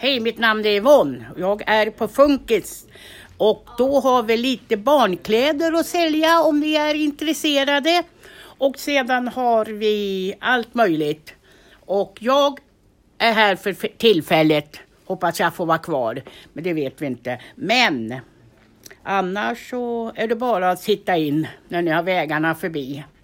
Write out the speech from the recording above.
Hej, mitt namn är Yvonne. Jag är på Funkis. Och då har vi lite barnkläder att sälja om ni är intresserade. Och sedan har vi allt möjligt. Och jag är här för tillfället. Hoppas jag får vara kvar. Men det vet vi inte. Men annars så är det bara att sitta in när ni har vägarna förbi.